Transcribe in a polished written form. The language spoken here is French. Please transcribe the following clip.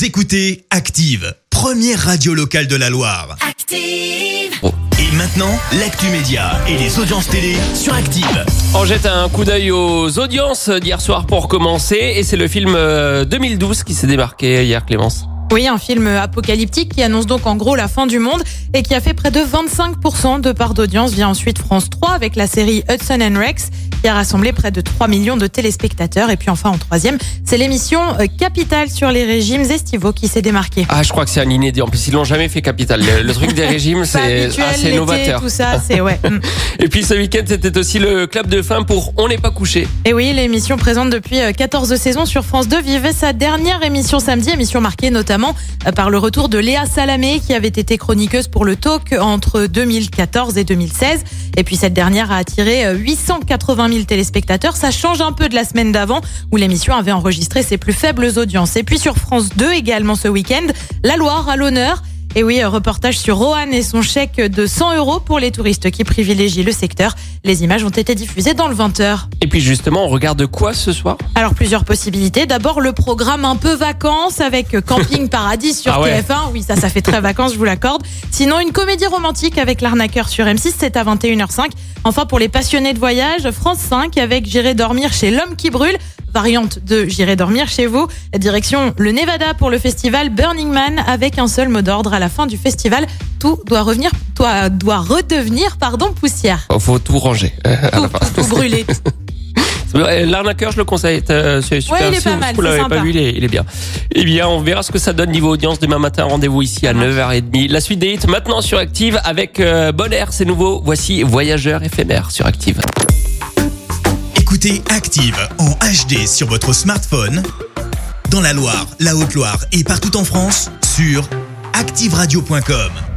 Vous écoutez Active, première radio locale de la Loire. Active. Et maintenant, l'actu média et les audiences télé sur Active. On jette un coup d'œil aux audiences d'hier soir pour commencer. Et c'est le film 2012 qui s'est démarqué hier, Clémence. Oui, un film apocalyptique qui annonce donc en gros la fin du monde et qui a fait près de 25% de part d'audience. Vient ensuite France 3 avec la série Hudson and Rex qui a rassemblé près de 3 millions de téléspectateurs. Et puis enfin en troisième, c'est l'émission Capital sur les régimes estivaux qui s'est démarquée. Ah, je crois que c'est un inédit. En plus, ils l'ont jamais fait Capital. Le truc des régimes, c'est assez novateur. Tout ça, c'est ouais. Et puis ce week-end, c'était aussi le clap de fin pour On n'est pas couché. Et oui, l'émission présente depuis 14 saisons sur France 2 vivait sa dernière émission samedi, émission marquée notamment par le retour de Léa Salamé qui avait été chroniqueuse pour le talk entre 2014 et 2016. Et puis cette dernière a attiré 880 000 téléspectateurs. Ça change un peu de la semaine d'avant où l'émission avait enregistré ses plus faibles audiences. Et puis sur France 2 également ce week-end, La Loire à l'honneur. Et oui, reportage sur Roanne et son chèque de 100 € pour les touristes qui privilégient le secteur. Les images ont été diffusées dans le 20h. Et puis justement, on regarde quoi ce soir ? Alors plusieurs possibilités. D'abord le programme un peu vacances avec Camping Paradis sur TF1. Oui, ça fait très vacances, je vous l'accorde. Sinon une comédie romantique avec L'Arnaqueur sur M6, c'est à 21h05. Enfin pour les passionnés de voyage, France 5 avec J'irai dormir chez l'homme qui brûle. Variante de J'irai dormir chez vous. Direction le Nevada pour le festival Burning Man avec un seul mot d'ordre à la fin du festival. Tout doit redevenir poussière. Faut tout ranger. Tout brûler. L'Arnaqueur, je le conseille. C'est super. Ouais, il est pas mal, vous l'avez sympa. pas vu, il est bien. Eh bien, on verra ce que ça donne niveau audience demain matin. Rendez-vous ici à 9h30. La suite des hits maintenant sur Active avec Bon Air, c'est nouveau. Voici Voyageur éphémère sur Active. Écoutez Active en HD sur votre smartphone, dans la Loire, la Haute-Loire et partout en France, sur activeradio.com.